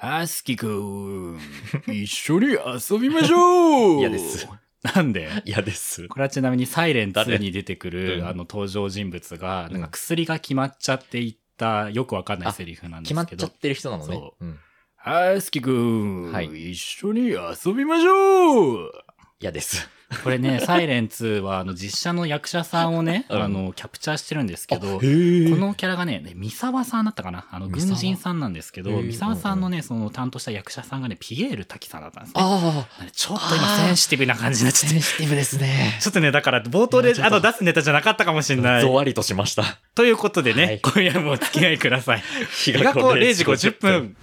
はすきくん、一緒に遊びましょう。 嫌です。 なんで？ 嫌です。 これはちなみにサイレン2に出てくる、登場人物が、なんか薬が決まっちゃっていったよくわかんないセリフなんですけど。 決まっちゃってる人なのね。 そう。はすきくん、一緒に遊びましょう。 嫌です。 これね、サイレン2は実写の役者さんをね、キャプチャーしてるんですけど、このキャラがね、三沢さんだったかな、軍人さんなんですけど、三沢さんのね、その担当した役者さんがね、ピエール滝さんだったんですね。ちょっと今センシティブな感じになっちゃって。 センシティブですね。 ちょっとね、だから冒頭で出すネタじゃなかったかもしれない。 ぞわりとしました。 ということでね、今夜もお付き合いください。日が子0時50分。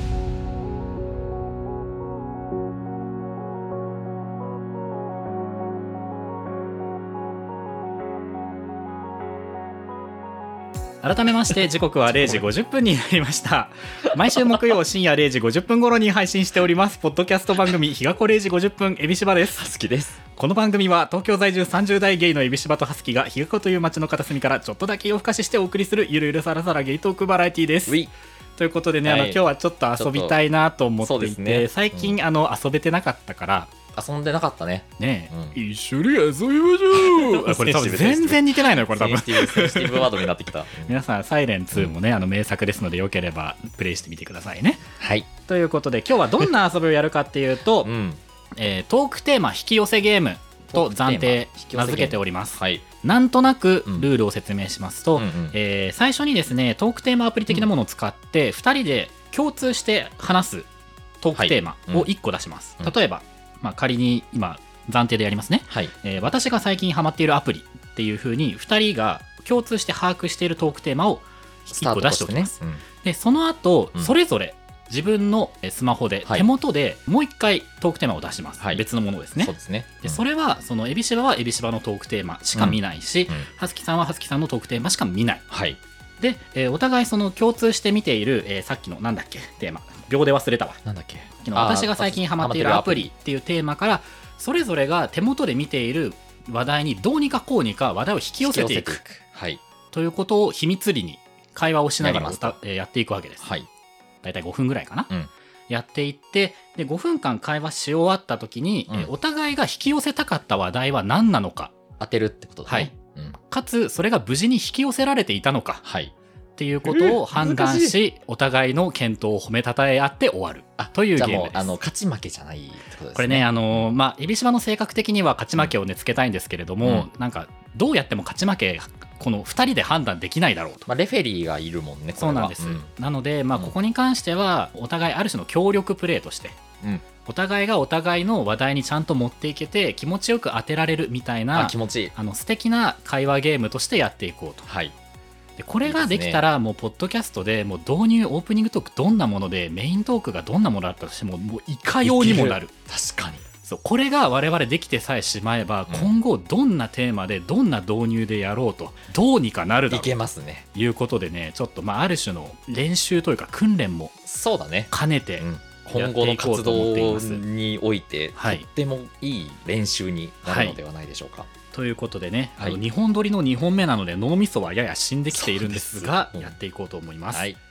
改めまして時刻は0時50分になりました。毎週木曜深夜0時50分頃に配信しておりますポッドキャスト番組日が子0時50分エビシバです。 好きです。 この番組は東京在住30代ゲイのエビシバとハスキが日が子という街の片隅からちょっとだけ夜更かししてお送りするゆるゆるさらさらゲイトークバラエティです。ということでね、今日はちょっと遊びたいなと思っていて、最近遊べてなかったから遊んでなかったね。 一緒に遊びましょう。これ多分全然似てないのよ、これ多分。 センシティブワードになってきた。 皆さん、サイレン2もね、名作ですので、よければプレイしてみてくださいね。 はい。 ということで、今日はどんな遊びをやるかっていうと、トークテーマ引き寄せゲームと暫定名付けております。なんとなくルールを説明しますと、最初にですね、トークテーマアプリ的なものを使って、2人で共通して話すトークテーマを1個出します。例えば、仮に今暫定でやりますね、私が最近ハマっているアプリっていう風に2人が共通して把握しているトークテーマを1個出しておきます。でその後、それぞれ自分のスマホで手元でもう1回トークテーマを出します、別のものですね。でそれはそのエビシバはエビシバのトークテーマしか見ないし、ハスキさんはハスキさんのトークテーマしか見ない、で、お互いその共通して見ている、さっきのなんだっけテーマ秒で忘れたわ。 なんだっけ、 私が最近ハマっているアプリっていうテーマからそれぞれが手元で見ている話題にどうにかこうにか話題を引き寄せていく、ということを秘密裏に会話をしながらやっていくわけです。だいたい5分ぐらいかな、やっていってで5分間会話し終わった時に、お互いが引き寄せたかった話題は何なのか当てるってことだね。 かつそれが無事に引き寄せられていたのか、っていうことを判断し、お互いの健闘を褒めたたえ合って終わるというゲームです。 じゃあもう勝ち負けじゃないってことですね。 これね、エビシバの性格的には勝ち負けをねつけたいんですけれども、なんかどうやっても勝ち負けこの2人で判断できないだろうと。 レフェリーがいるもんね。 そうなんです、なので、ここに関してはお互いある種の協力プレーとして、お互いがお互いの話題にちゃんと持っていけて気持ちよく当てられるみたいな、 気持ちいい素敵な会話ゲームとしてやっていこうと。でこれができたらもうポッドキャストでもう導入オープニングトークどんなものでメイントークがどんなものだったとしてももういかようにもなる。 確かにそうこれが我々できてさえしまえば、今後どんなテーマでどんな導入でやろうとどうにかなるだろういけますね。 いうことでね、ちょっとある種の練習というか訓練も兼ねて今後の活動においてとってもいい練習になるのではないでしょうか。 ということでね、2本撮りの2本目なので脳みそはやや死んできているんですが、やっていこうと思います。ゆ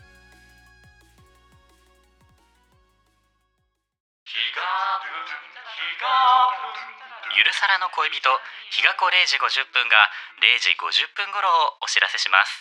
るさらの恋人日が子0時50分が0時50分頃をお知らせします。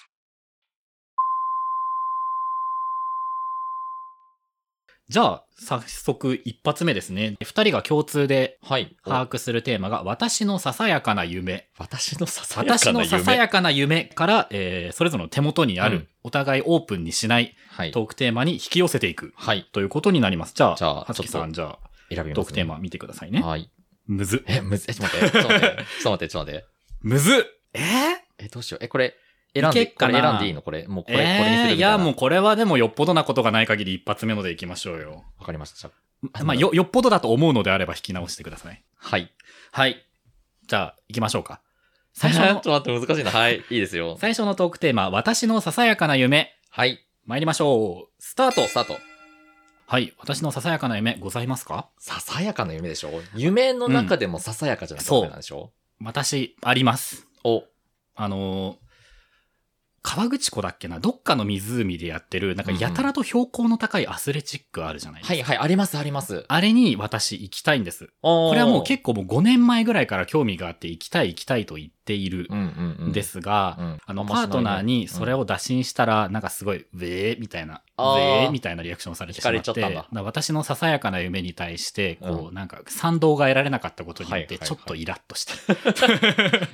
じゃあ早速一発目ですね。2人が共通で把握するテーマが私のささやかな夢。 私のささやかな夢から、それぞれの手元にある、お互いオープンにしないトークテーマに引き寄せていく、ということになります。じゃあはつきさん、じゃあ選びますね。 トークテーマ見てくださいね。むずちょっと待って。 むずどうしよう。これ選んでいいの？これもうこれにするみたいな。 いやもうこれはでもよっぽどなことがない限り一発目のでいきましょうよ。 わかりました。 よっぽどだと思うのであれば引き直してください。はい。じゃあ行きましょうか。 最初のちょっと待って難しいな。いいですよ。 最初のトークテーマ、私のささやかな夢。参りましょう。スタート。はい、私のささやかな夢ございますか？ ささやかな夢でしょ？夢の中でもささやかじゃなくてなんでしょ？ 私あります。 川口湖だっけな、どっかの湖でやってる、なんかやたらと標高の高いアスレチックあるじゃないですか。 はいはい、ありますあります。 あれに私行きたいんです。これはもう結構もう5年前ぐらいから興味があって行きたいと言っているんですが、パートナーにそれを打診したら、なんかすごい、ウェーみたいな、ウェーみたいなリアクションをされてしまって、私のささやかな夢に対して、こう、なんか賛同が得られなかったことによって、ちょっとイラッとして。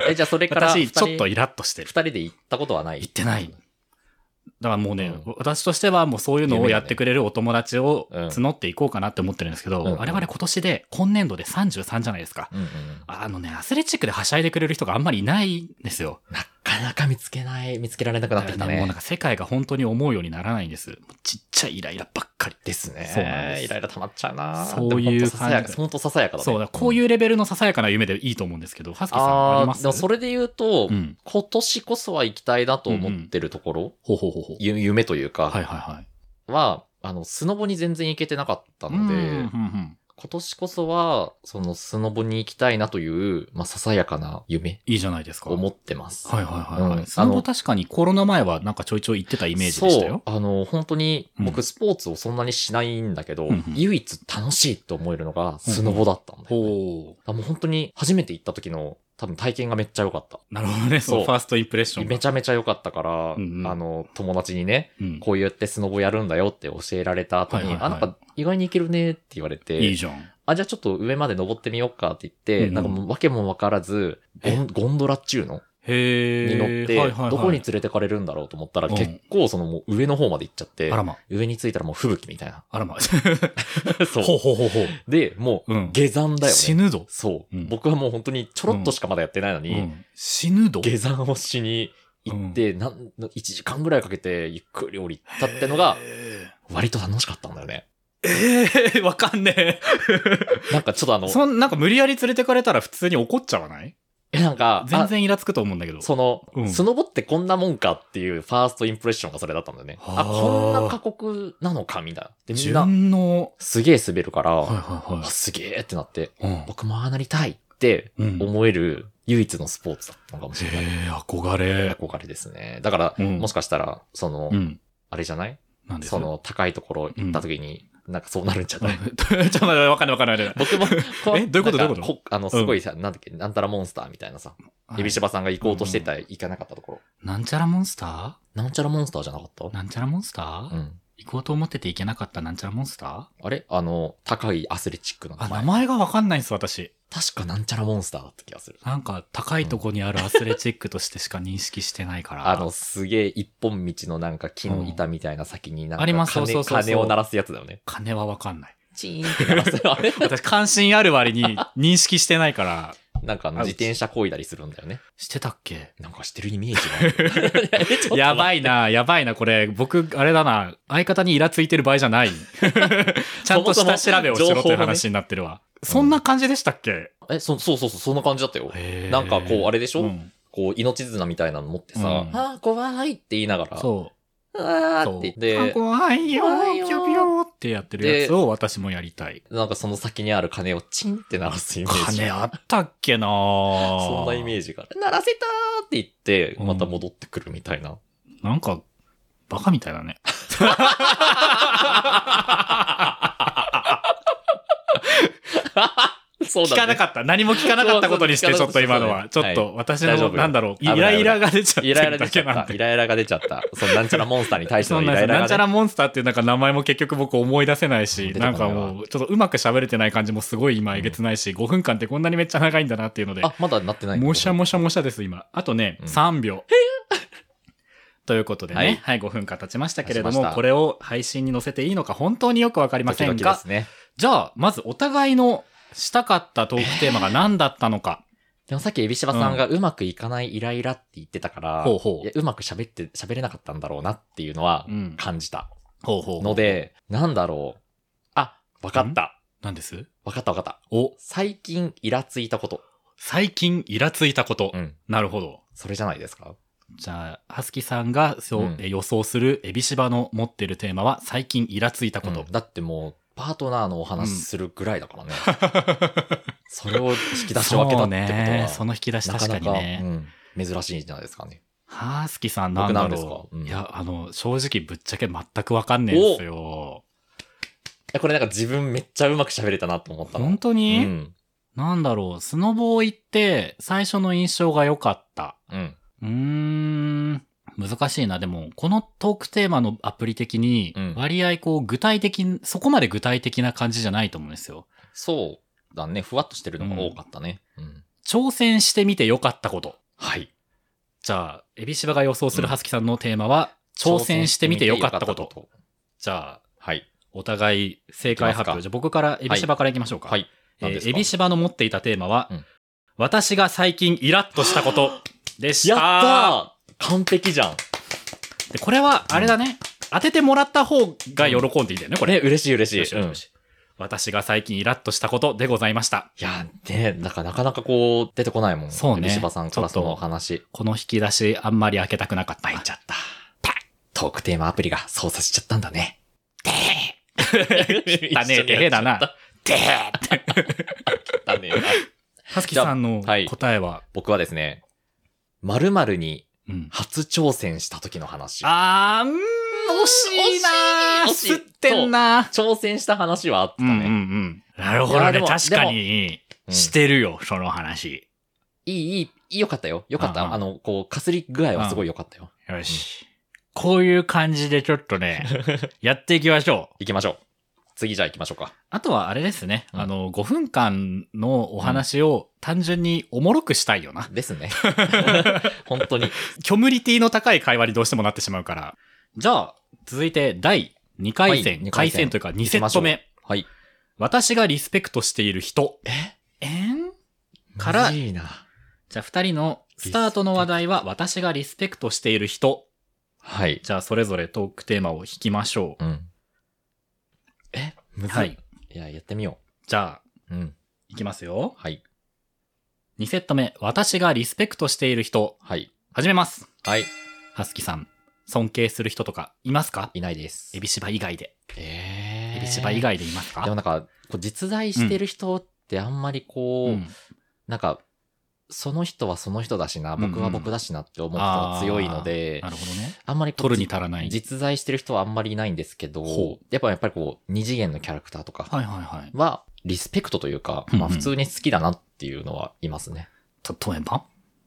じゃあそれから私、ちょっとイラッとしてる。 二人で行ったことはない？ 行ってない。だからもうね、私としてはもうそういうのをやってくれるお友達を募っていこうかなって思ってるんですけど、我々今年で、今年度で33じゃないですか。アスレチックではしゃいでくれる人があんまりいないんですよ。 なかなか見つけられなくなってきたね。 もうなんか世界が本当に思うようにならないんです。ちっちゃいイライラばっかり。 ですね。 そうなんです。 イライラ溜まっちゃうな。 そういう感じ。 本当ささやかだね。 そうだ、こういうレベルのささやかな夢でいいと思うんですけど、ハスキーさんあります？ でもそれで言うと、今年こそは行きたいなと思ってるところ、夢というか、は、スノボに全然行けてなかったので、今年こそは、そのスノボに行きたいなという、ささやかな夢。 いいじゃないですか。 思ってます。 スノボ確かにコロナ前はなんかちょいちょい行ってたイメージでしたよ。 そう。本当に、僕スポーツをそんなにしないんだけど、唯一楽しいと思えるのがスノボだったんだよね。もう本当に初めて行った時の多分体験がめっちゃ良かった。 なるほどね。そう。ファーストインプレッション。 めちゃめちゃ良かったから、友達にね、こうやってスノボやるんだよって教えられた後に、なんか意外にいけるねって言われて、 いいじゃん。 じゃあちょっと上まで登ってみようかって言って、なんかもうわけもわからず、ゴンドラっちゅうのに乗って、どこに連れてかれるんだろうと思ったら、結構そのもう上の方まで行っちゃって、上に着いたらもう吹雪みたいな。そう。で、もう下山だよね。 死ぬぞ。 そう。僕はもう本当にちょろっとしかまだやってないのに、 死ぬぞ。 下山をしに行って、1時間ぐらいかけてゆっくり降りたってのが、割と楽しかったんだよね。 わかんねえ。 なんかちょっとなんか無理やり連れてかれたら普通に怒っちゃわない？ なんか、 全然イラつくと思うんだけど。 スノボってこんなもんかっていうファーストインプレッションがそれだったんだよね。こんな過酷なのかみたいな。で、みんな、すげえ滑るから、すげえってなって、僕もああなりたいって思える唯一のスポーツだったのかもしれない。 憧れ。 憧れですね。だから、もしかしたら、あれじゃない高いところ行った時に、なんかそうなるんじゃない？ ちょっと待って、わかんない。 僕も、 どういうことすごいさ、なんだっけ、なんたらモンスターみたいなさ、エビシバさんが行こうとしてた行かなかったところ。 なんちゃらモンスター？ なんちゃらモンスターじゃなかった？ なんちゃらモンスター？行こうと思ってて行けなかったなんちゃらモンスター？ あれ高いアスレチックの名前。 名前がわかんないんです、私。 確かなんちゃらモンスターだった気がする。 なんか高いとこにあるアスレチックとしてしか認識してないから。 すげえ一本道のなんか木の板みたいな先になんか鐘を鳴らすやつだよね。 鐘はわかんない。 チーンって鳴らす。あれ私関心ある割に認識してないから。 なんか自転車漕いだりするんだよね。 してたっけ？ なんかしてるイメージがある。 やばいな、これ。僕、あれだな、相方にイラついてる場合じゃない。ちゃんと下調べをしろという話になってるわ。そんな感じでしたっけ？ そう、そんな感じだったよ。なんかこう、あれでしょ？こう、命綱みたいなの持ってさ、怖いって言いながら、って言って、 怖いよー、ピヨピヨってやってるやつを私もやりたい。 なんかその先にある鐘をチンって鳴らすイメージ。 鐘あったっけなー。 そんなイメージが。鳴らせたーって言って、また戻ってくるみたいな。 なんか、バカみたいだね。聞かなかった。何も聞かなかったことにして、ちょっと今のは。ちょっと、私の、なんだろう、イライラが出ちゃった。 イライラが出ちゃった。そのなんちゃらモンスターに対してのイライラが、 なんちゃらモンスターっていうなんか名前も結局僕思い出せないし、なんかもう、ちょっとうまく喋れてない感じもすごい今えげつないし、5分間ってこんなにめっちゃ長いんだなっていうので。 まだなってない。 もしゃもしゃもしゃです、今。あとね、3秒。ということでね、はい、5分間経ちましたけれども、これを配信に載せていいのか本当によくわかりませんが、じゃあ、まずお互いのしたかったトークテーマが何だったのか。 でもさっきエビシバさんがうまくいかないイライラって言ってたから、うまく喋れなかったんだろうなっていうのは感じた。ので、なんだろう。わかった。 何です？ わかった。最近イラついたこと。 最近イラついたこと。なるほど。 それじゃないですか？ じゃあ、はすきさんが予想するエビシバの持ってるテーマは最近イラついたこと。 だってもう、パートナーのお話するぐらいだからね。それを引き出し分けたってことは。 その引き出し確かにね。 珍しいんじゃないですかね。 ハースキさんなんだろう。いや、正直ぶっちゃけ全くわかんねえんですよ。 これなんか自分めっちゃうまく喋れたなと思ったの。 本当に、なんだろう、スノボー行って最初の印象が良かった。難しいな。でも、このトークテーマのアプリ的に、割合具体的、そこまで具体的な感じじゃないと思うんですよ。 そうだね。ふわっとしてるのが多かったね。 挑戦してみて良かったこと。 はい。 じゃあ、エビシバが予想するハスキさんのテーマは、挑戦してみて良かったこと。じゃあ、 はい。 お互い正解発表。じゃあ僕から、エビシバからいきましょうか。 はい。 エビシバの持っていたテーマは、私が最近イラッとしたことでした。 やったー！完璧じゃん。 で、これは、あれだね。当ててもらった方が喜んでいいんだよね、これ。 嬉しい嬉しい。 私が最近イラッとしたことでございました。 いや、ね、なかなか出てこないもん。 そうね。 柴さんからその話。 この引き出し、あんまり開けたくなかった。 開いちゃった。トークテーマアプリが操作しちゃったんだね。 だねえだな。 だねえな。 はすきさんの答えは、 僕はですね、〇〇に初挑戦した時の話。 惜しいなー。すってんな。 挑戦した話はあったね。 なるほどね。確かに、してるよ、その話。 よかったよ。よかった。かすり具合はすごいよかったよ。 よし。こういう感じでちょっとね、やっていきましょう。 行きましょう。次じゃあ行きましょうか。 あとはあれですね。5分間のお話を単純におもろくしたいよな。 ですね。本当に。 キョムリティの高い会話にどうしてもなってしまうから。じゃあ、続いて第2回戦。回戦というか2セット目。 はい。 私がリスペクトしている人。から、じゃあ2人のスタートの話題は私がリスペクトしている人。 はい。 じゃあそれぞれトークテーマを引きましょう。 むずい。いや、やってみよう。じゃあ、いきますよ。 はい。 2セット目、私がリスペクトしている人。 はい。 始めます。 はい。 はすきさん、尊敬する人とかいますか？ いないです。 エビシバ以外で。エビシバ以外でいますか？ でもなんか、実在してる人ってあんまりなんか、その人はその人だしな、僕は僕だしなって思う人が強いので、 なるほどね。 あんまり取るに足らない。 実在してる人はあんまりいないんですけど、やっぱり二次元のキャラクターとかは、リスペクトというか、まあ普通に好きだなっていうのはいますね。 例えば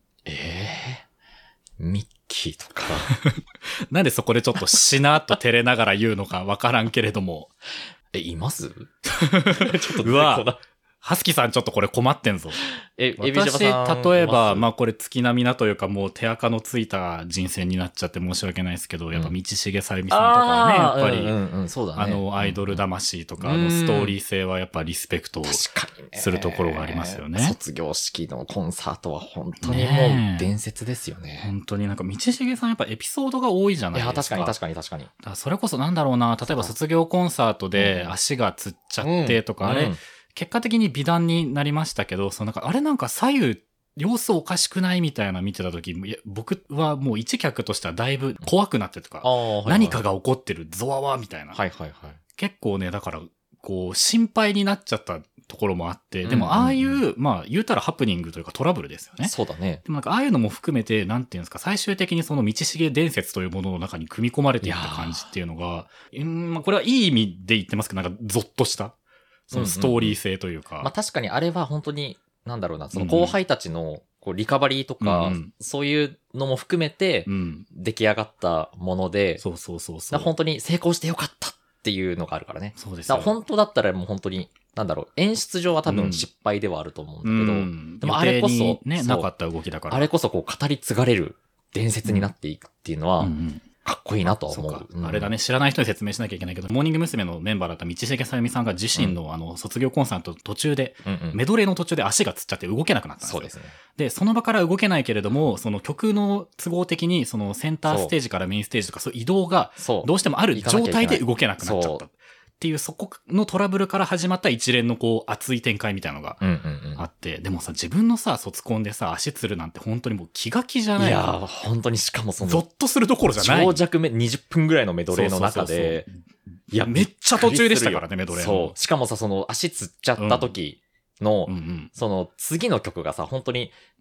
ミッキーとか。 なんでそこでちょっとしなっと照れながら言うのかわからんけれども。 いますちょっとうわ。はすきさんちょっとこれ困ってんぞ。私、例えば、まあこれ月並みなというかもう手垢のついた人生になっちゃって申し訳ないですけど、やっぱ道重さゆみさんとかね、やっぱり、アイドル魂とか、ストーリー性はやっぱリスペクトするところがありますよね。 卒業式のコンサートは本当にもう伝説ですよね。 本当になんか道重さんやっぱエピソードが多いじゃないですか。 いや、確かに。 それこそなんだろうな、例えば卒業コンサートで足がつっちゃってとか、あれ、結果的に美談になりましたけど、あれなんか左右、様子おかしくないみたいな見てた時、僕はもう一客としてはだいぶ怖くなってとか、何かが起こってる、ゾワワみたいな。結構ね、だから、心配になっちゃったところもあって、でもああいう、まあ言うたらハプニングというかトラブルですよね。 そうだね。 でもなんかああいうのも含めて、なんていうんですか、最終的にその道重伝説というものの中に組み込まれていった感じっていうのが、まあこれはいい意味で言ってますけど、なんかゾッとした。そのストーリー性というか。 まあ確かにあれは本当に、なんだろうな、その後輩たちのリカバリーとか、そういうのも含めて、出来上がったもので、 そう。 本当に成功してよかったっていうのがあるからね。 そうです。 本当だったらもう本当に、なんだろう、演出上は多分失敗ではあると思うんだけど、でもあれこそ、 ね、なかった動きだから。 あれこそ語り継がれる伝説になっていくっていうのは、かっこいいなとは思う。 あれだね、知らない人に説明しなきゃいけないけど、モーニング娘。のメンバーだった道重さゆみさんが自身の卒業コンサート途中で、メドレーの途中で足がつっちゃって動けなくなったんですよ。 そうですね。 で、その場から動けないけれども、その曲の都合的に、そのセンターステージからメインステージとかそういう移動が、どうしてもある状態で動けなくなっちゃった。っていうそこのトラブルから始まった一連の熱い展開みたいなのがあって、でもさ、自分のさ、卒コンでさ、足つるなんて本当にもう気が気じゃない。 いやー、本当にしかもその、 ゾッとするどころじゃない。 長尺20分ぐらいのメドレーの中で、 いや、めっちゃ途中でしたからね、メドレー。 そう。しかもさ、その足つっちゃった時の、その次の曲がさ、本当に、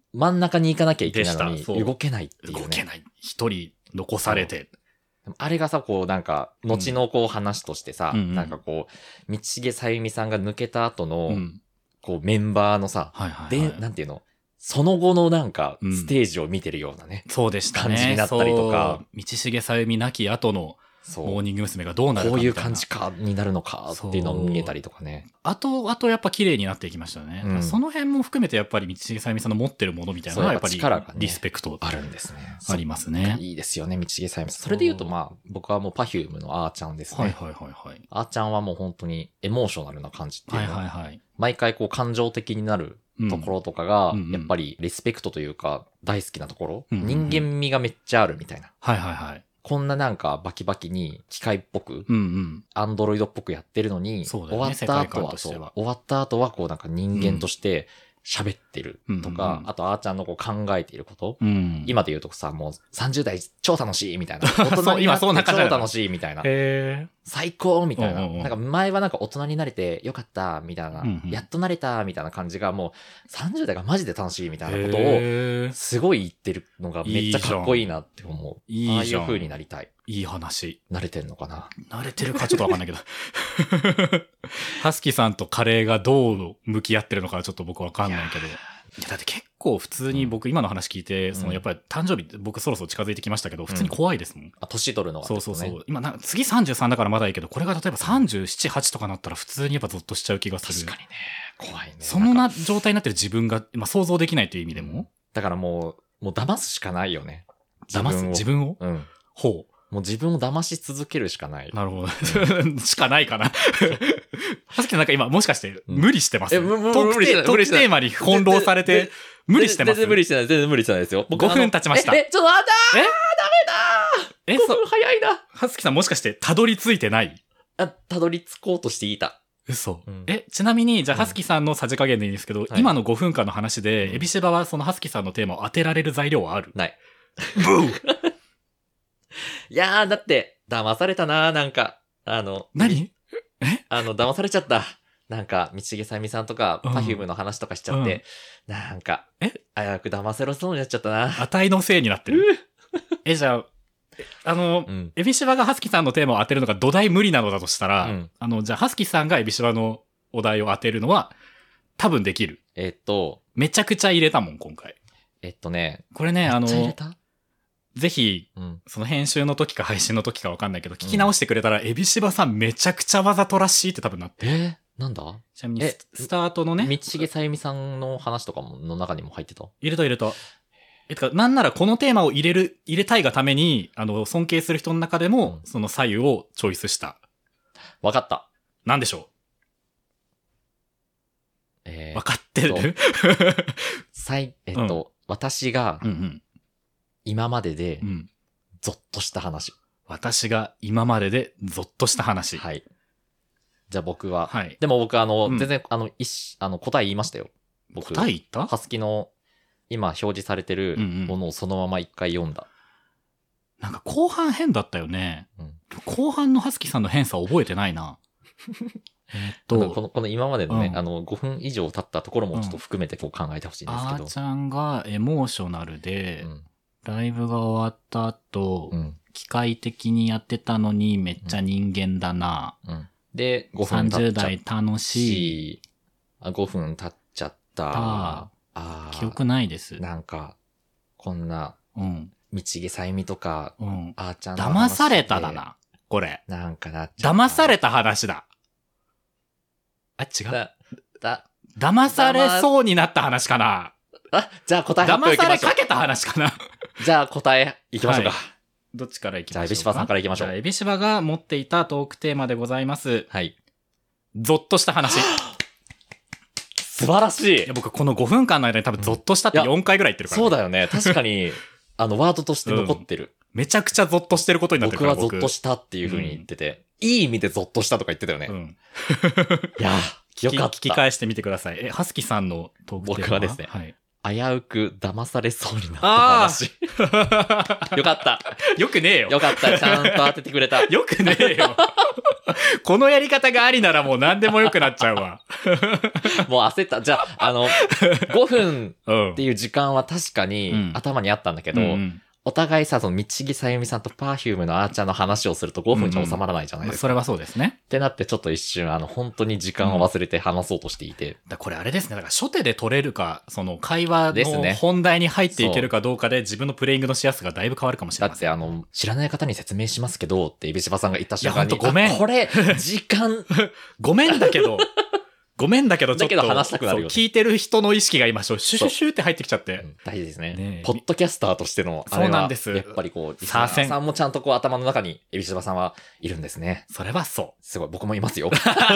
真ん中に行かなきゃいけないのに、動けないっていうね。 動けない。一人残されて。 あれがさ、こうなんか、後のこう話としてさ、なんかこう、道重さゆみさんが抜けた後の、こうメンバーのさ、で、なんていうの、その後のなんか、ステージを見てるようなね。 そうでしたね。 感じになったりとか。 道重さゆみ亡き後の、モーニング娘。がどうなるかみたいな。 こういう感じか、になるのかっていうのを見えたりとかね。 あとやっぱ綺麗になっていきましたね。その辺も含めてやっぱり道重さゆみさんの持ってるものみたいなのはやっぱりリスペクトあるんですね。 ありますね。 いいですよね、道重さゆみさん。それで言うとまあ、僕はもう Perfume のあーちゃんですね。あーちゃんはもう本当にエモーショナルな感じっていうの。毎回こう感情的になるところとかが、やっぱりリスペクトというか大好きなところ。人間味がめっちゃあるみたいな。こんななんかバキバキに機械っぽく、アンドロイドっぽくやってるのに、終わった後はこうなんか人間として喋ってるとか、あとあーちゃんのこう考えていること、今で言うとさ、もう30代超楽しいみたいな。大人になって超楽しいみたいな。最高みたいな。なんか前はなんか大人になれてよかったみたいな。やっとなれたみたいな感じがもう30代がマジで楽しいみたいなことをすごい言ってるのがめっちゃかっこいいなって思う。ああいう風になりたい。 いい話。 慣れてんのかな？ 慣れてるかちょっとわかんないけど。ハスキーさんとカレーがどう向き合ってるのかちょっと僕わかんないけど。いやだって結構普通に僕今の話聞いて、そのやっぱり誕生日僕そろそろ近づいてきましたけど、普通に怖いですもん。 年取るのは、 そう。今次33だからまだいいけど、これが例えば37、8とかなったら普通にやっぱゾッとしちゃう気がする。 確かにね。怖いね。 そんな状態になってる自分が、想像できないという意味でも。 だからもう騙すしかないよね。 自分をほう。 もう自分を騙し続けるしかない。 なるほど。しかないかな。はすきさんなんか今もしかして無理してます？トークテーマに翻弄されて無理してます？ 全然無理してないですよ。 5分経ちました。 ちょっと待ったー！ダメだー！5分早いな。 はすきさんもしかしてたどり着いてない？ たどり着こうとしていた。 嘘。ちなみに、じゃあ、はすきさんのさじ加減でいいんですけど、今の5分間の話で、エビシバはそのはすきさんのテーマを当てられる材料はある？ ない。 ブーいやー、だって、騙されたなー、なんか。 何？ 騙されちゃった。なんか、道重さゆみさんとか、Perfume の話とかしちゃって、なんか、危うく騙せろそうになっちゃったな。 値のせいになってる。じゃあ、エビシバがハスキさんのテーマを当てるのが土台無理なのだとしたら、じゃあ、ハスキさんがエビシバのお題を当てるのは、多分できる。めちゃくちゃ入れたもん、今回。これね、 めっちゃ入れた？ ぜひ、その編集の時か配信の時かわかんないけど、聞き直してくれたら、エビシバさんめちゃくちゃわざとらしいって多分なって。 なんだ？ ちなみに、スタートのね。 道重さゆみさんの話とかもの中にも入ってた？ 入れた。なんならこのテーマを入れたいがために、尊敬する人の中でも、その左右をチョイスした。 わかった。 なんでしょう？わかってる？ 私が、今までで、ゾッとした話。 私が今まででゾッとした話。 はい。じゃあ僕は、でも僕全然、答え言いましたよ。僕。 答え言った？ ハスキの、今表示されてるものをそのまま一回読んだ。 なんか後半変だったよね。後半のハスキさんの変さを覚えてないな。 この今までのね、5分以上経ったところもちょっと含めてこう考えてほしいんですけど。 あーちゃんがエモーショナルで、ライブが終わった後、機械的にやってたのにめっちゃ人間だな。 で、5分経っちゃ 30代楽しい。 5分経っちゃった。 記憶ないです。 なんか、こんな、道重さゆみとか、あーちゃんの騙されただな、これ。 なんかなっちゃった。騙された話だ。違う。騙されそうになった話かな。 じゃあ答え発表いきましょう。 騙されかけた話かな。 じゃあ答えいきましょうか。 どっちからいきましょうか。 じゃあエビシバさんからいきましょう。 じゃあエビシバが持っていたトークテーマでございます。 はい。 ゾッとした話。 素晴らしい。 いや僕この5分間の間に多分ゾッとしたって4回ぐらい言ってるから、 そうだよね。確かに、ワードとして残ってる。 めちゃくちゃゾッとしてることになってるから。 僕はゾッとしたっていう風に言ってて、いい意味でゾッとしたとか言ってたよね。いや、よかった。 聞き返してみてください。ハスキさんのトークテーマは僕はですね、 危うく騙されそうになった話。よかった。 よくねえよ。 よかった。ちゃんと当ててくれた。 よくねえよ。このやり方がありならもう何でもよくなっちゃうわ。 もう焦った。じゃあ、5分っていう時間は確かに頭にあったんだけど、お互いさ、その、道木さゆみさんとパーフュームのあーちゃんの話をすると5分じゃ収まらないじゃないですか。 それはそうですね。 ってなってちょっと一瞬、本当に時間を忘れて話そうとしていて。 これあれですね。だから初手で取れるか、その会話の本題に入っていけるかどうかで自分のプレイングのしやすさがだいぶ変わるかもしれない。 だって知らない方に説明しますけど、ってエビシバさんが言った瞬間に。 いや、ほんとごめん。 これ、時間。 ごめんだけど、ちょっと。 だけど話したくなるよ、ね。 聞いてる人の意識が今、シュシュシュって入ってきちゃって。 大事ですね。ポッドキャスターとしての、 そうなんです。 やっぱりリスナーさんもちゃんと頭の中に、エビシバさんはいるんですね。 それはそう。 すごい、僕もいますよ。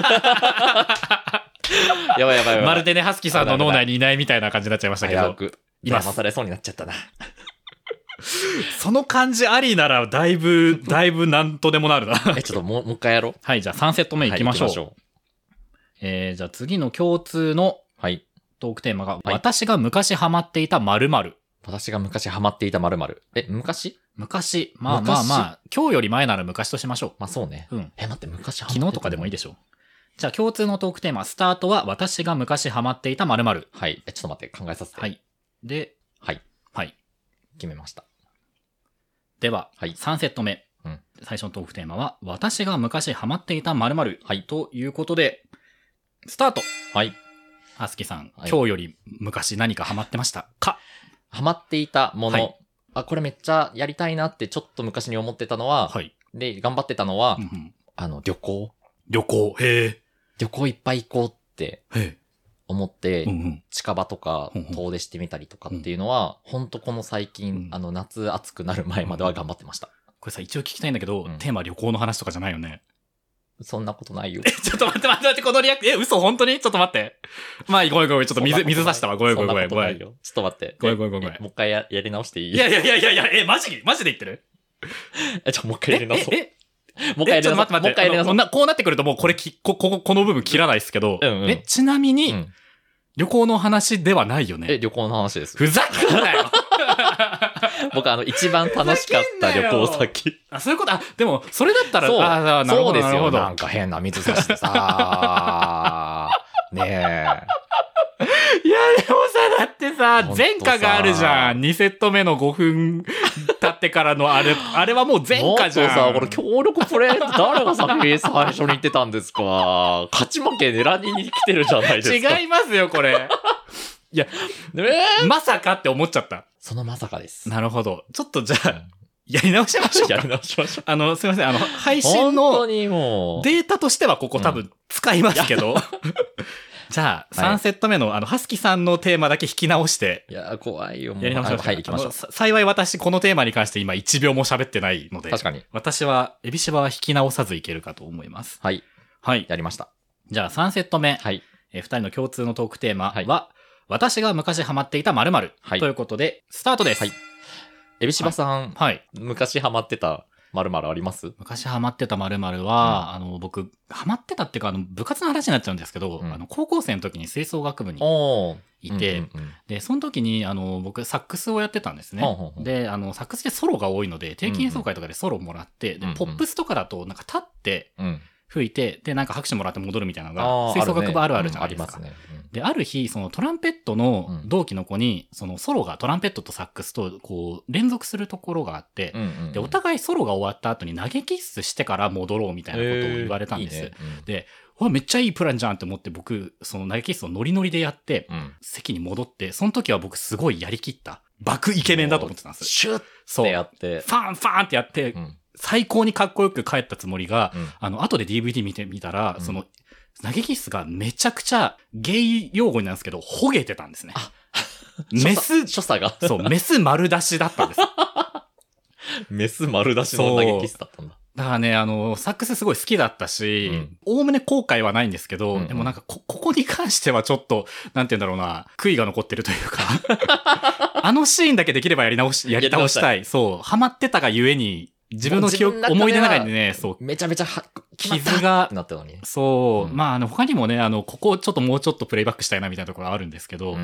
やばい。 まるでね、ハスキーさんの脳内にいないみたいな感じになっちゃいましたけど。 今騙されそうになっちゃったな。 その感じありなら、だいぶなんとでもなるな。 ちょっともう一回やろう。 はい、じゃあ3セット目いきましょう。じゃあ次の共通のトークテーマが、私が昔ハマっていた〇〇。 私が昔ハマっていた〇〇。昔、 まあ、今日より前なら昔としましょう。 まあそうね。 うん。 待って、昔ハマってた。 昨日とかでもいいでしょう。じゃあ共通のトークテーマ、スタートは私が昔ハマっていた〇〇。 はい。ちょっと待って、考えさせて。 はい。で、 はい。決めました。 では、3セット目。最初のトークテーマは、私が昔ハマっていた〇〇。ということで、スタート。はすきさん、今日より昔何かハマってましたか？ ハマっていたもの。これめっちゃやりたいなってちょっと昔に思ってたのは、で、頑張ってたのは、旅行。 へえ。 旅行いっぱい行こうって思って、近場とか遠出してみたりとかっていうのは、ほんとこの最近、夏暑くなる前までは頑張ってました。 これさ、一応聞きたいんだけど、テーマ旅行の話とかじゃないよね。 そんなことないよ。 ちょっと待って、このリアク、嘘本当にちょっと待って。まあ、ごめん、ちょっと水差したわ。ごめん。ちょっと待って。 ごめん。もう一回やり直していい？ いや、マジで言ってる？ もう一回やり直そう。 もう一回やり直そう。待って。こうなってくるともうこの部分切らないですけど、ちなみに、旅行の話ではないよね。 旅行の話です。 ふざけんなよ僕一番楽しかった旅行先。 そういうこと、でも、それだったら、 そうですよ。なんか変な水差してさ。ねえ。 いや、でもさ、だってさ、前科があるじゃん。2セット目の5分経ってからのあれはもう前科じゃん。 もっとさ、これ協力プレイ誰が先に最初に言ってたんですか？勝ち負け狙いに来てるじゃないですか。 違いますよ、これ。いや、まさかって思っちゃった。 そのまさかです。 なるほど。ちょっとじゃあ、やり直しましょうか。すいません。配信のデータとしてはここ多分使いますけど。じゃあ、3セット目のハスキさんのテーマだけ引き直して。 いや、怖いよ。 やり直しましょう。 はい、行きましょう。 幸い私、このテーマに関して今1秒も喋ってないので。 確かに。 私は、エビシバは引き直さずいけるかと思います。 はい。やりました。 じゃあ、3セット目。2人の共通のトークテーマは、私が昔ハマっていた〇〇。ということで、スタートです。 エビシバさん、昔ハマってた〇〇あります？ 昔ハマってた〇〇は、僕、ハマってたっていうか、部活の話になっちゃうんですけど、高校生の時に吹奏楽部にいて、で、その時に、僕、サックスをやってたんですね。で、サックスでソロが多いので、定期演奏会とかでソロもらって、で、ポップスとかだと、なんか立って、吹いて、で、なんか拍手もらって戻るみたいなのが、吹奏楽部あるあるじゃないですか。で、ある日、そのトランペットの同期の子に、そのソロがトランペットとサックスと、こう、連続するところがあって、で、お互いソロが終わった後に投げキッスしてから戻ろうみたいなことを言われたんです。で、めっちゃいいプランじゃんって思って僕、その投げキッスをノリノリでやって、席に戻って、その時は僕すごいやりきった。爆イケメンだと思ってたんです。 シュッってやって。 ファンってやって、最高にかっこよく帰ったつもりが、後で DVD 見てみたら、その、投げキッスがめちゃくちゃゲイ用語なんですけど、ほげてたんですね。メス、 所作が。 そう、メス丸出しだったんです。 メス丸出しの投げキッスだったんだ。 だからね、サックスすごい好きだったし、おおむね後悔はないんですけど、でもなんかここに関してはちょっと、なんて言うんだろうな、悔いが残ってるというか、あのシーンだけできればやり倒したい。そう、ハマってたがゆえに、自分の記憶、思い出の中にね、そう。 めちゃめちゃ傷が、 なってたのに。 そう。まあ、他にもね、ここちょっともうちょっとプレイバックしたいなみたいなところあるんですけど、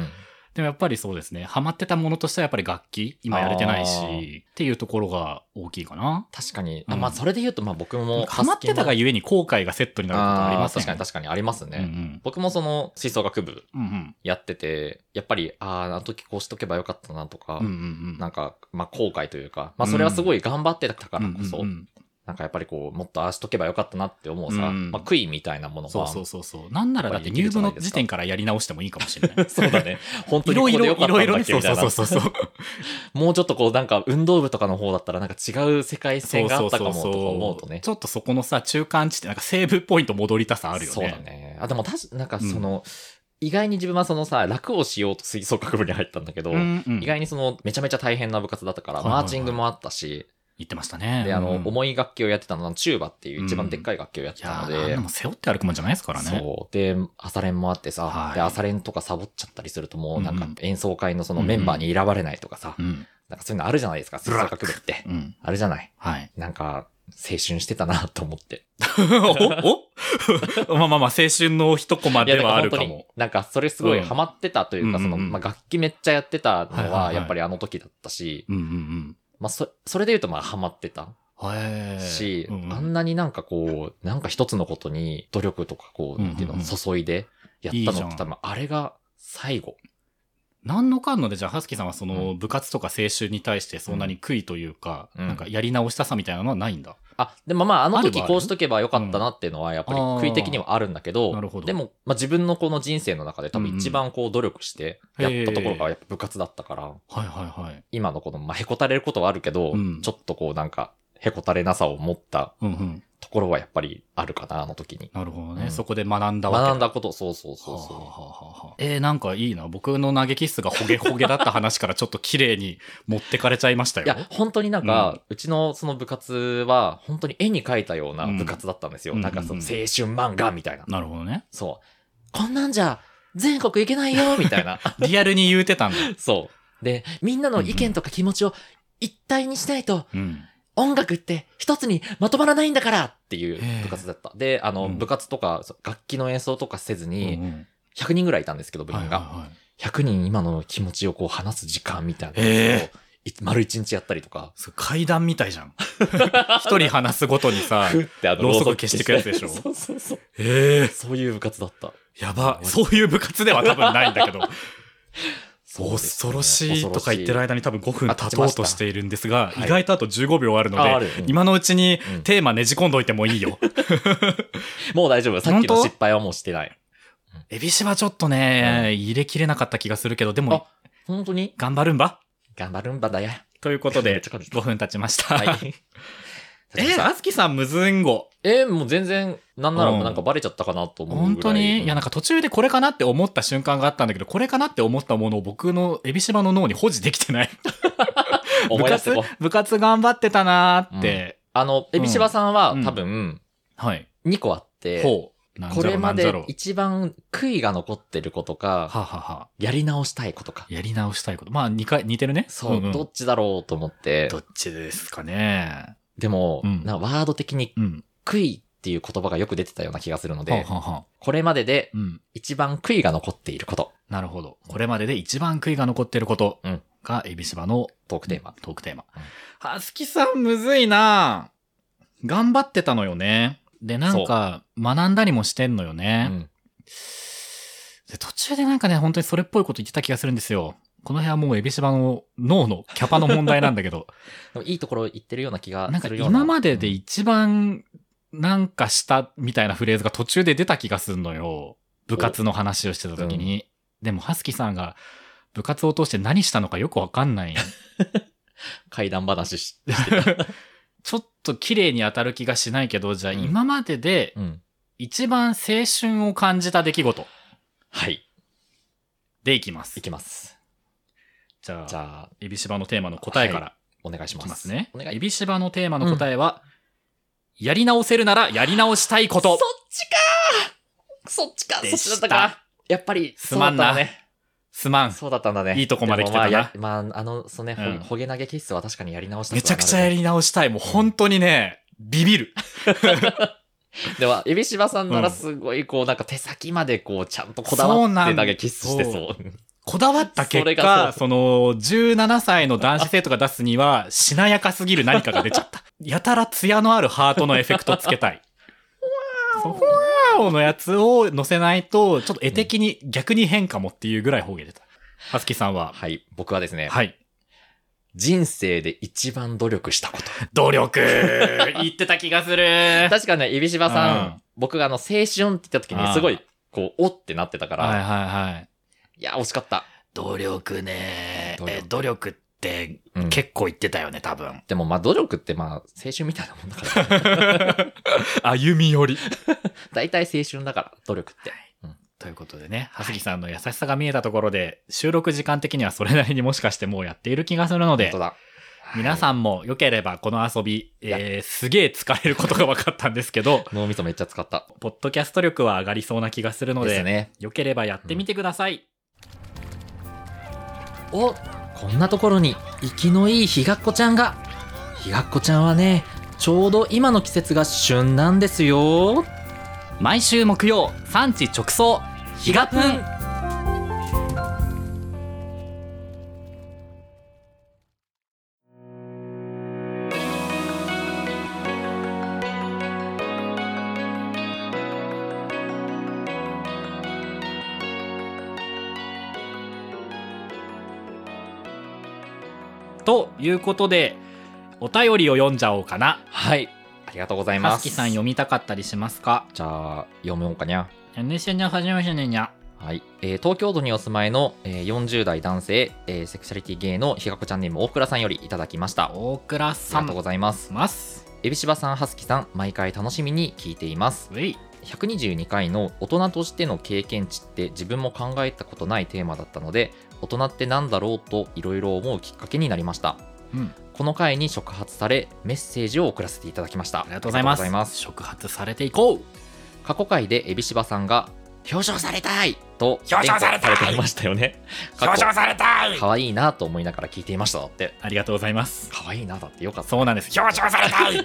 でもやっぱりそうですね。ハマってたものとしてはやっぱり楽器、今やれてないし、っていうところが大きいかな。 確かに。まあ、それで言うと、まあ僕も。 ハマってたがゆえに後悔がセットになることありますね。 確かにありますね。僕もその吹奏楽部やってて、やっぱり、あの時こうしとけばよかったなとか、なんか、まあ後悔というか、まあそれはすごい頑張ってたからこそ、なんかやっぱりこう、もっとああしとけばよかったなって思うさ、まあ悔いみたいなものが。 そう。なんならだって入部の時点からやり直してもいいかもしれない。 そうだね。本当にここでよかったんだっけみたいな。 そう。 もうちょっとこうなんか運動部とかの方だったらなんか違う世界線があったかもとか思うとね。 ちょっとそこのさ、中間地点、なんかセーブポイント戻りたさあるよね。 そうだね。でもなんかその、意外に自分はそのさ、楽をしようと吹奏楽部に入ったんだけど、意外にその、めちゃめちゃ大変な部活だったから、マーチングもあったし、 言ってましたね。 で、重い楽器をやってたのは、チューバっていう一番でっかい楽器をやってたので。 でも背負って歩くもんじゃないですからね。 そう。で、朝練もあってさ、で、朝練とかサボっちゃったりするともう、なんか演奏会のそのメンバーに選ばれないとかさ、なんかそういうのあるじゃないですか、吹奏楽部って。あるじゃない。なんか、青春してたなと思って。 まあ青春の一コマではあるかも。 なんかそれすごいハマってたというか、その、まあ楽器めっちゃやってたのは、やっぱりあの時だったし、まあそれで言うとまあハマってた。し、あんなになんかこう、なんか一つのことに努力とかこう、っていうのを注いでやったのって多分あれが最後。 何のかんので、じゃあ、ハスキーさんはその部活とか青春に対してそんなに悔いというか、なんかやり直したさみたいなのはないんだ。 でもまあ、あの時こうしとけばよかったなっていうのは、やっぱり悔い的にはあるんだけど、でも、まあ自分のこの人生の中で多分一番こう努力してやったところがやっぱ部活だったから、今のこの、まあへこたれることはあるけど、ちょっとこうなんか、へこたれなさを持ったところはやっぱりあるかな、あの時に。 なるほどね。そこで学んだわけ。 学んだこと、そうなんかいいな。僕の投げキッスがホゲホゲだった話からちょっと綺麗に持ってかれちゃいましたよ。 いや、本当になんか、うちのその部活は、本当に絵に描いたような部活だったんですよ。なんかその青春漫画みたいな。 なるほどね。 そう。こんなんじゃ、全国行けないよみたいな。 リアルに言うてたんだ。 そう。で、みんなの意見とか気持ちを一体にしないと、音楽って一つにまとまらないんだからっていう部活だった。で、部活とか楽器の演奏とかせずに、100人ぐらいいたん一人が。100人今の気持ちをこう話す時間みたいなやつを、丸1日やったりとか。 階段みたいじゃん。一人話すごとにさ、ろうそく消していくやつでしょ。 そう。そういう部活だった。 やば。そういう部活では多分ないんだけど。恐ろしいとか言ってる間に多分5分経とうとしているんですが、意外とあと15秒あるので、今のうちにテーマねじ込んどいてもいいよ。 もう大丈夫。さっきの失敗はもうしてない。 エビシバちょっとね、入れきれなかった気がするけど、でも、 本当に頑張るんばだよ。 ということで、5分経ちました。あすきさん無言語。 もう全然、なんならなんかバレちゃったかなと思うぐらい。 本当にいやなんか途中でこれかなって思った瞬間があったんだけど、これかなって思ったものを僕のエビシバの脳に保持できてない。部活頑張ってたなーって。 エビシバさんは多分、2個あって、これまで一番悔いが残ってることか、やり直したいことか。 やり直したいこと。まあ2回似てるね。 そう、どっちだろうと思って。 どっちですかね。 でも、ワード的に、悔いっていう言葉がよく出てたような気がするので、これまでで一番悔いが残っていること。 なるほど。これまでで一番悔いが残っていることが、エビシバのトークテーマ。 はすきさんむずいな頑張ってたのよね。で、なんか、学んだりもしてんのよね。で、途中でなんかね、本当にそれっぽいこと言ってた気がするんですよ。この辺はもうエビシバの脳のキャパの問題なんだけど。 でもいいところ言ってるような気がするような。なんか今までで一番なんかしたみたいなフレーズが途中で出た気がするのよ。部活の話をしてた時に。でも、ハスキさんが部活を通して何したのかよくわかんない。 怪談話してた。 ちょっと綺麗に当たる気がしないけど、じゃあ今までで一番青春を感じた出来事。でいきます。じゃあ、エビシバのテーマの答えからお願いします。 いきますね。エビシバのテーマの答えは、やり直せるならやり直したいこと。 そっちだったか。やっぱり、 すまんな。すまん。 そうだったんだね。 いいとこまで来てたな。 ほげ投げキッスは確かにやり直しためちゃくちゃやり直したい。もう本当にね、ビビる。 では、エビシバさんならすごい、こう、なんか手先までこう、ちゃんとこだわって投げキッスしてそう。 こだわった結果、その17歳の男子生徒が出すにはしなやかすぎる何かが出ちゃった。やたら艶のあるハートのエフェクトつけたい。フォワーのやつを載せないと、ちょっと絵的に逆に変かもっていうぐらい方言出た。はすきさんは？ はい、僕はですね。 はい。 人生で一番努力したこと。 努力言ってた気がする。 確かね、エビシバさん、僕が青春って言った時にすごい、こう、おってなってたから。 はいはいはい。 いや、惜しかった。 努力ね。努力って結構言ってたよね、多分。 でもまあ努力ってまあ青春みたいなもんだから。 歩み寄り。 大体青春だから、努力って。 ということでね、はすぎさんの優しさが見えたところで、収録時間的にはそれなりにもしかしてもうやっている気がするので、 本当だ。 皆さんも良ければこの遊び、すげえ疲れることが分かったんですけど、 脳みそめっちゃ使った。 ポッドキャスト力は上がりそうな気がするので、 ですね、 良ければやってみてください。 お、こんなところに生きのいいひがっこちゃんが。ひがっこちゃんはね、ちょうど今の季節が旬なんですよ。 毎週木曜、産地直送、ひがぷん。ということで、お便りを読んじゃおうかな。 はい。ありがとうございます。 はすきさん読みたかったりしますか？ じゃあ、読もうかにゃ。 はい。 東京都にお住まいの、40代男性、セクシャリティゲイのひがこちゃんネーム大倉さんよりいただきました。 大倉さん。 ありがとうございます。エビシバさん、はすきさん、毎回楽しみに聞いています。122回の大人としての経験値って自分も考えたことないテーマだったので、大人ってなんだろうといろいろ思うきっかけになりました。この回に触発されメッセージを送らせていただきました。 ありがとうございます。触発されていこう。 過去回でエビシバさんが表彰されたいと表彰されていましたよね。 表彰されたい。 可愛いなと思いながら聞いていました。だって。 ありがとうございます。 可愛いなだってよかった。 そうなんです。表彰されたい。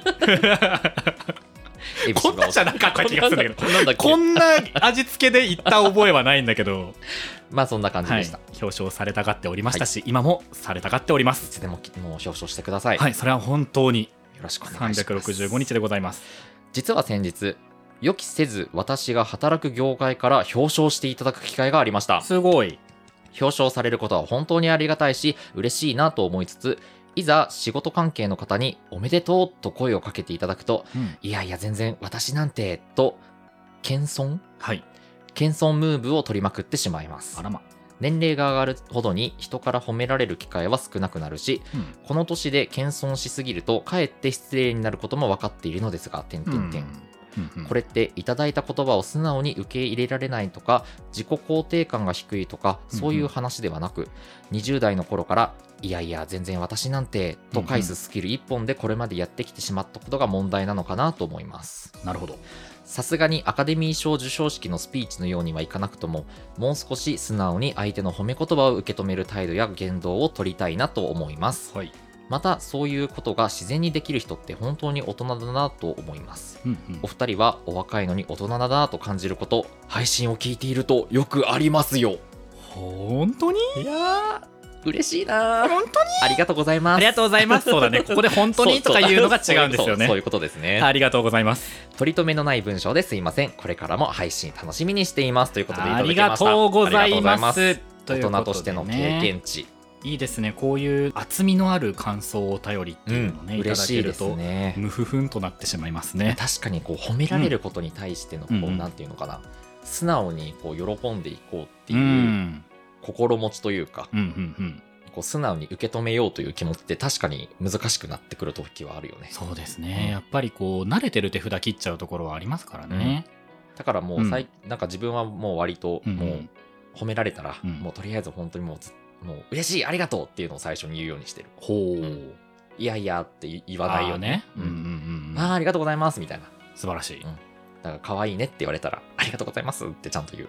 こんなじゃなかった気がするんだけど、こんな味付けで言った覚えはないんだけど、 まあそんな感じでした。 表彰されたがっておりましたし、今もされたがっております。 いつでも表彰してください。 はい、それは本当によろしくお願いします。 365日でございます。 実は先日、予期せず私が働く業界から表彰していただく機会がありました。 すごい。 表彰されることは本当にありがたいし嬉しいなと思いつつ、いざ仕事関係の方におめでとうと声をかけていただくと、いやいや全然私なんてと謙遜ムーブを取りまくってしまいます。年齢が上がるほどに人から褒められる機会は少なくなるし、この年で謙遜しすぎるとかえって失礼になることも分かっているのですが、これっていただいた言葉を素直に受け入れられないとか自己肯定感が低いとかそういう話ではなく、20代の頃からいやいや全然私なんてと返すスキル一本でこれまでやってきてしまったことが問題なのかなと思います。 なるほど。 さすがにアカデミー賞授賞式のスピーチのようにはいかなくとも、もう少し素直に相手の褒め言葉を受け止める態度や言動を取りたいなと思います。またそういうことが自然にできる人って本当に大人だなと思います。お二人はお若いのに大人だなと感じること、配信を聞いているとよくありますよ。 本当に？ いやー嬉しいな。 本当にありがとうございます。 ありがとうございます。そうだね、ここで本当にとか言うのが違うんですよね。 そういうことですね。 ありがとうございます。 取り留めのない文章ですいません。これからも配信楽しみにしていますということでいただきました。 ありがとうございます。 大人としての経験値、 いいですね。こういう厚みのある感想をお便りっていうのをね、いただけるとムフフンとなってしまいますね。 確かにこう褒められることに対してのこう、なんていうのかな、素直にこう喜んでいこうっていう心持ちというか、こう素直に受け止めようという気持ちって確かに難しくなってくる時はあるよね。 そうですね、やっぱりこう慣れてる手札切っちゃうところはありますからね。 だからもうなんか自分はもう割ともう褒められたら、もうとりあえず本当にもう嬉しいありがとうっていうのを最初に言うようにしてる。いやいやって言わないよね。ありがとうございますみたいな。 素晴らしい。 だから可愛いねって言われたらありがとうございますってちゃんと言う。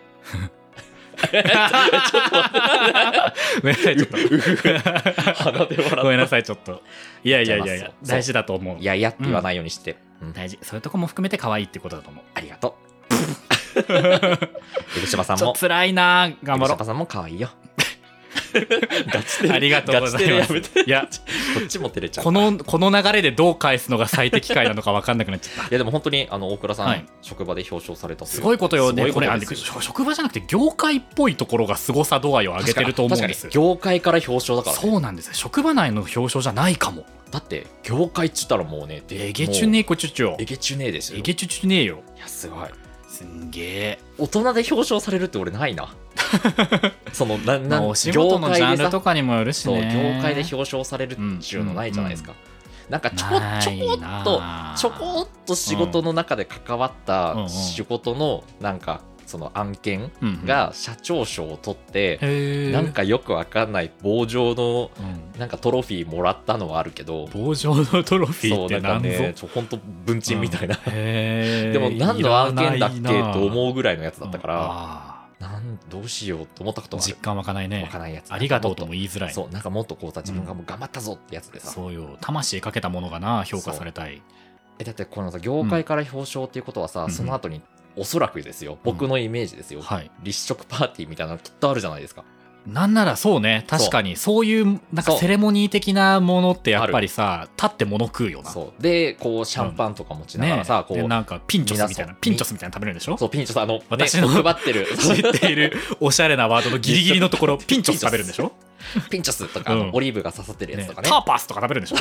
ごめんなさいちょっと。いや大事だと思う。 いやいやって言わないようにして、 大事。そういうとこも含めて可愛いってことだと思う。 ありがとう。エビシバさんも辛いな。頑張ろう。 エビシバさんも可愛いよ。 ガチテレありがとうございます。 いやこっちも照れちゃう。 この流れでどう返すのが最適解なのか分かんなくなっちゃった。 いやでも本当に大倉さん、はい、職場で表彰されたすごいことよね。これ職場じゃなくて業界っぽいところが凄さ度合いを上げてると思うんです。 業界から表彰だから、ね、 そうなんですよ。職場内の表彰じゃないかも。 だって業界っつったらもうねエゲチュネーコチュチュエゲチュネーですよ。 エゲチュチュネーよ。 いやすごい。 すんげえ。 大人で表彰されるって俺ないな。そのお仕事のジャンルとかにもよるしね。 そう業界で表彰されるっていうのないじゃないですか。なんかちょこっと仕事の中で関わった仕事のなんかその案件が社長賞を取って、なんかよくわかんない棒状のなんかトロフィーもらったのはあるけど、 棒状のトロフィーって何ぞ、 ね、ほんと文鎮みたいな、でも何の案件だっけと思うぐらいのやつだったから、どうしようと思ったことがある。 実感湧かないね。 湧かないやつ。 ありがとうとも言いづらい。 そうなんかもっとこう自分がもう頑張ったぞってやつでさ、 そうよ、魂かけたものがな評価されたい。 だってこのさ業界から表彰っていうことはさ、その後におそらくですよ、僕のイメージですよ、立食パーティーみたいなのきっとあるじゃないですか。 なんならそうね、確かにそういうなんかセレモニー的なものってやっぱりさ、立って物食うよな。 そうでこうシャンパンとか持ちながらさ、こうなんかピンチョスみたいな食べるんでしょ。 そうピンチョス私の配ってる知っているおしゃれなワードのギリギリのところピンチョス食べるんでしょ。 ピンチョスとかオリーブが刺さってるやつとかね。 ターパスとか食べるんでしょ。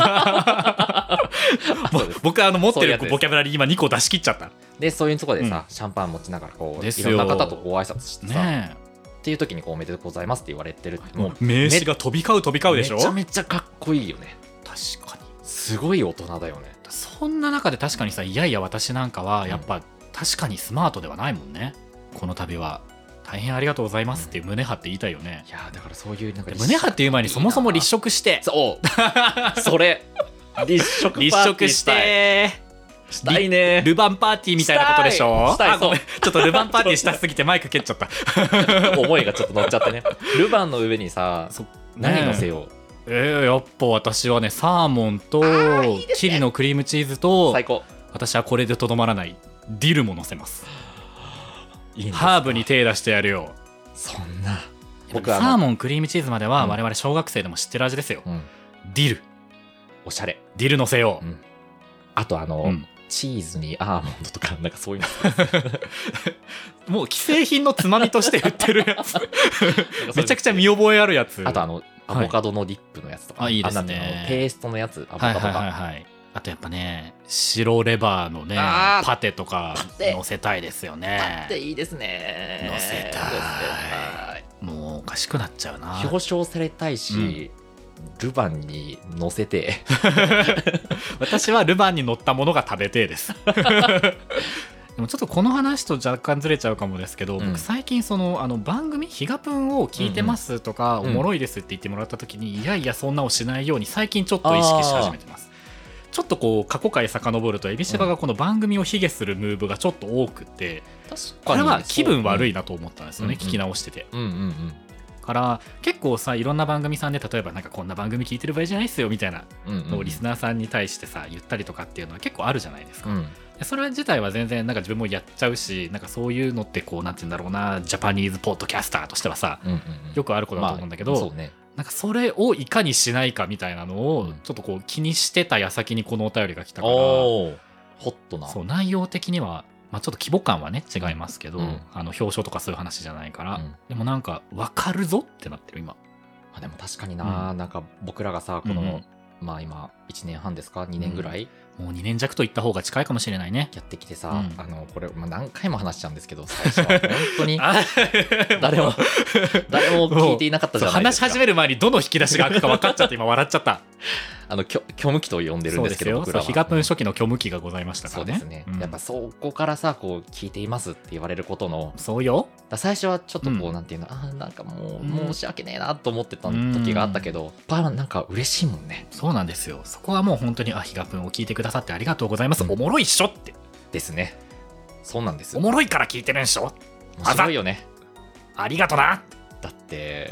僕持ってるボキャブラリー今2個出し切っちゃった。 でそういうとこでさ、シャンパン持ちながらこういろんな方とご挨拶してさ、っていう時にこうおめでとうございますって言われてる。 もう名刺が飛び交うでしょ。 めちゃめちゃかっこいいよね。 確かにすごい大人だよね。 そんな中で確かにさ、いやいや私なんかはやっぱ確かにスマートではないもんね。この度は大変ありがとうございますって胸張って言いたいよね。 いやだからそういうなんか胸張って言う前にそもそも立食して、 そうそれ立食してしたいね。 ルヴァンパーティーみたいなことでしょ。ごめん、ちょっとルヴァンパーティーしたすぎてマイク蹴っちゃった。 思いがちょっと乗っちゃってね。ルヴァンの上にさ何乗せよう。 やっぱ私はねサーモンとチリのクリームチーズと、 最高。 私はこれでとどまらないディルも乗せます。 いいんですか。 ハーブに手出してやるよ。 そんな僕サーモンクリームチーズまでは我々小学生でも知ってる味ですよ。ディルおしゃれ。 ディル乗せよう。 あとチーズにアーモンドとかなんかそういうのもう既製品のつまみとして売ってるやつめちゃくちゃ見覚えあるやつ。 あとアボカドのディップのやつとか、 いいですね。 ペーストのやつ、アボカドとか、 あとやっぱね白レバーのねパテとか乗せたいですよね。 パテいいですね。 乗せたい。もうおかしくなっちゃうな。 表彰されたいし、ルヴァンに乗せて私はルヴァンに乗ったものが食べてえですでもちょっとこの話と若干ずれちゃうかもですけど、僕最近その番組ヒガプンを聞いてますとか、おもろいですって言ってもらった時に、いやいやそんなをしないように最近ちょっと意識し始めてます。ちょっとこう過去回遡るとエビシバがこの番組を卑下するムーブがちょっと多くて、これは気分悪いなと思ったんですよね、聞き直してて。から結構さ、いろんな番組さんで例えばなんかこんな番組聞いてる場合じゃないっすよみたいなのをリスナーさんに対してさ言ったりとかっていうのは結構あるじゃないですか。それ自体は全然なんか自分もやっちゃうし、なんかそういうのってこうなんて言うんだろうな、ジャパニーズポッドキャスターとしてはさ、よくあることだと思うんだけど、なんかそれをいかにしないかみたいなのをちょっとこう気にしてた矢先にこのお便りが来たから、 ホットな。 そう内容的にはちょっと規模感はね違いますけど、表彰とかそういう話じゃないから、でもなんか分かるぞってなってる今。 でも確かにな、なんか僕らがさこの、今1年半ですか、2年ぐらい、 もう2年弱といった方が近いかもしれないね。 やってきてさ、これ、何回も話しちゃうんですけど、最初は本当に誰も聞いていなかったじゃないですか。 話し始める前にどの引き出しが開くか分かっちゃって今笑っちゃった。 虚無期と呼んでるんですけど、僕らはヒガプン初期の虚無期がございましたからね。 そうですね、やっぱそこからさこう聞いていますって言われることの、 そうよ、 最初はちょっとこう、なんていうの、なんかもう申し訳ねえなと思ってた時があったけど、なんか嬉しいもんね。 そうなんですよ。そこはもう本当にヒガプンを聞いてくださってありがとうございます、おもろいっしょってですね。そうなんです。 おもろいから聞いてるんでしょ。 面白いよね。 ありがとな。 だって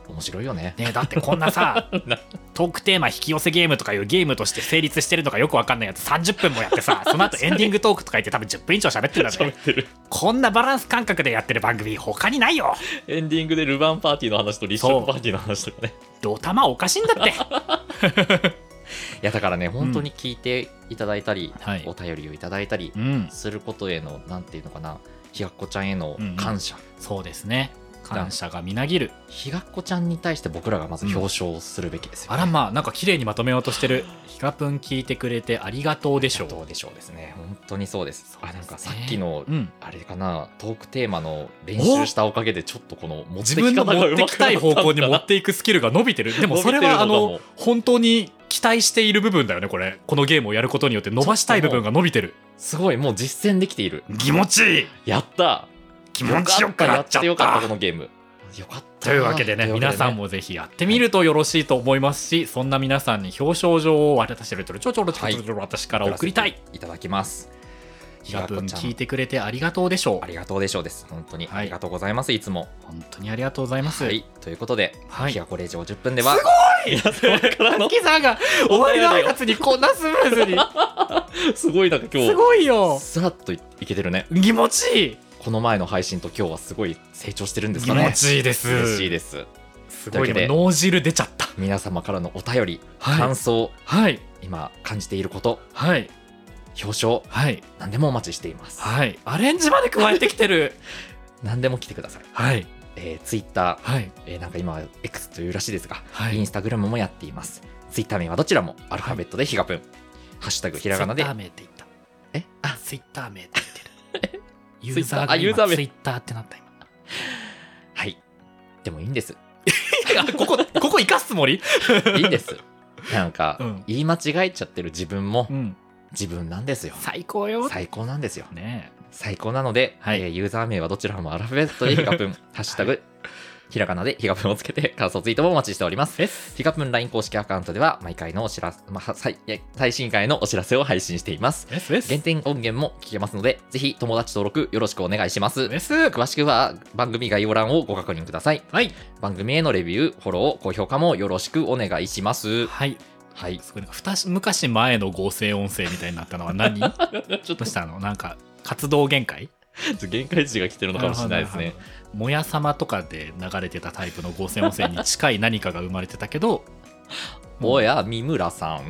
面白いよね。 だってこんなさトークテーマ引き寄せゲームとかいうゲームとして成立してるのかよくわかんないやつ30分もやってさその後エンディングトークとか言って多分10分以上喋ってるんだね。こんなバランス感覚でやってる番組他にないよ。 エンディングでルヴァンパーティーの話と立食パーティーの話とかね。 ドタマおかしいんだっていやだからね本当に聞いていただいたり、お便りをいただいたりすることへの、なんていうのかな、ひがっこちゃんへの感謝、 そうですね、感謝がみなぎる。 ひがっこちゃんに対して僕らがまず表彰するべきですよ、ね。 あらまあなんか綺麗にまとめようとしてる。ひがぷん聞いてくれてありがとうでしょう。 どうでしょうですね。本当にそうです。なんかさっきの、あれかな、トークテーマの練習したおかげでちょっとこの持ってき方が持ってきたい方向に持っていくスキルが伸びてる。でもそれは本当に期待している部分だよね。このゲームをやることによって伸ばしたい部分が伸びてる。 すごいもう実践できている。 気持ちいい。 やった。 気持ちよくなっちゃった。 よかったこのゲーム。よかった。 というわけでね、皆さんもぜひやってみるとよろしいと思いますし、そんな皆さんに表彰状を渡してると私から送りたい。 いただきます。 ひがぷん聞いてくれてありがとうでしょう。 ありがとうでしょうです。本当にありがとうございます。いつも本当にありがとうございます。 はい、ということで、ひがこレジオ10分ではすごい。さきさんが終わりの挨拶にこんなスムーズにすごいなんか今日すごいよ。 さらっといけてるね。 気持ちいい。 この前の配信と今日はすごい成長してるんですかね。 気持ちいいです。 嬉しいです。 すごいね。脳汁出ちゃった。 皆様からのお便り、感想、今感じていること、表彰、何でもお待ちしています。 アレンジまで加えてきてる。 何でも来てください。ツイッター、なんか今 X というらしいですが、インスタグラムもやっています。ツイッター名はどちらもアルファベットでひがぷん、ハッシュタグひらがなで。 ツイッター名って言った。ツイッター名って言ってる。ユーザーが今ツイッターってなった今。 はい。でもいいんです。 ここ生かすつもり？ いいんです。なんか、言い間違えちゃってる自分も、自分なんですよ。 最高よ。 最高なんですよ。 ね。 最高なので、ユーザー名はどちらもアルファベットでひがぷん、ハッシュタグひらがなでひがぷんをつけて感想ツイートもお待ちしております。ひがぷん LINE 公式アカウントでは毎回のお知らせ、最新回のお知らせを配信しています。限定音源も聞けますので、ぜひ友達登録よろしくお願いします。詳しくは番組概要欄をご確認ください。番組へのレビュー、フォロー、高評価もよろしくお願いします。すごい昔前の合成音声みたいになったのは何？ちょっとしたなんか活動限界？ 限界値が来てるのかもしれないですね。 もやさまとかで流れてたタイプの合成音声に近い何かが生まれてたけどおや三村さん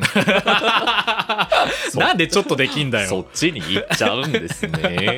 なんでちょっとできんだよ。 そっちに行っちゃうんですね。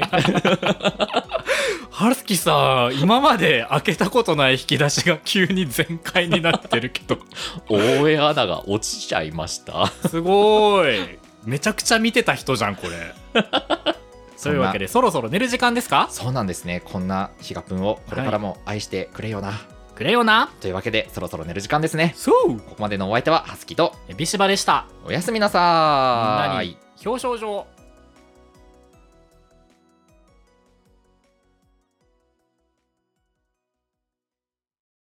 はるすきさん、今まで開けたことない引き出しが急に全開になってるけど大江アナが落ちちゃいました。 すごい、めちゃくちゃ見てた人じゃんこれ。というわけでそろそろ寝る時間ですか？ そうなんですね。こんなひがぷんをこれからも愛してくれよな、 くれよな。 というわけでそろそろ寝る時間ですね。 ここまでのお相手ははすきとビシバでした。 おやすみなさーい。 みんなに表彰状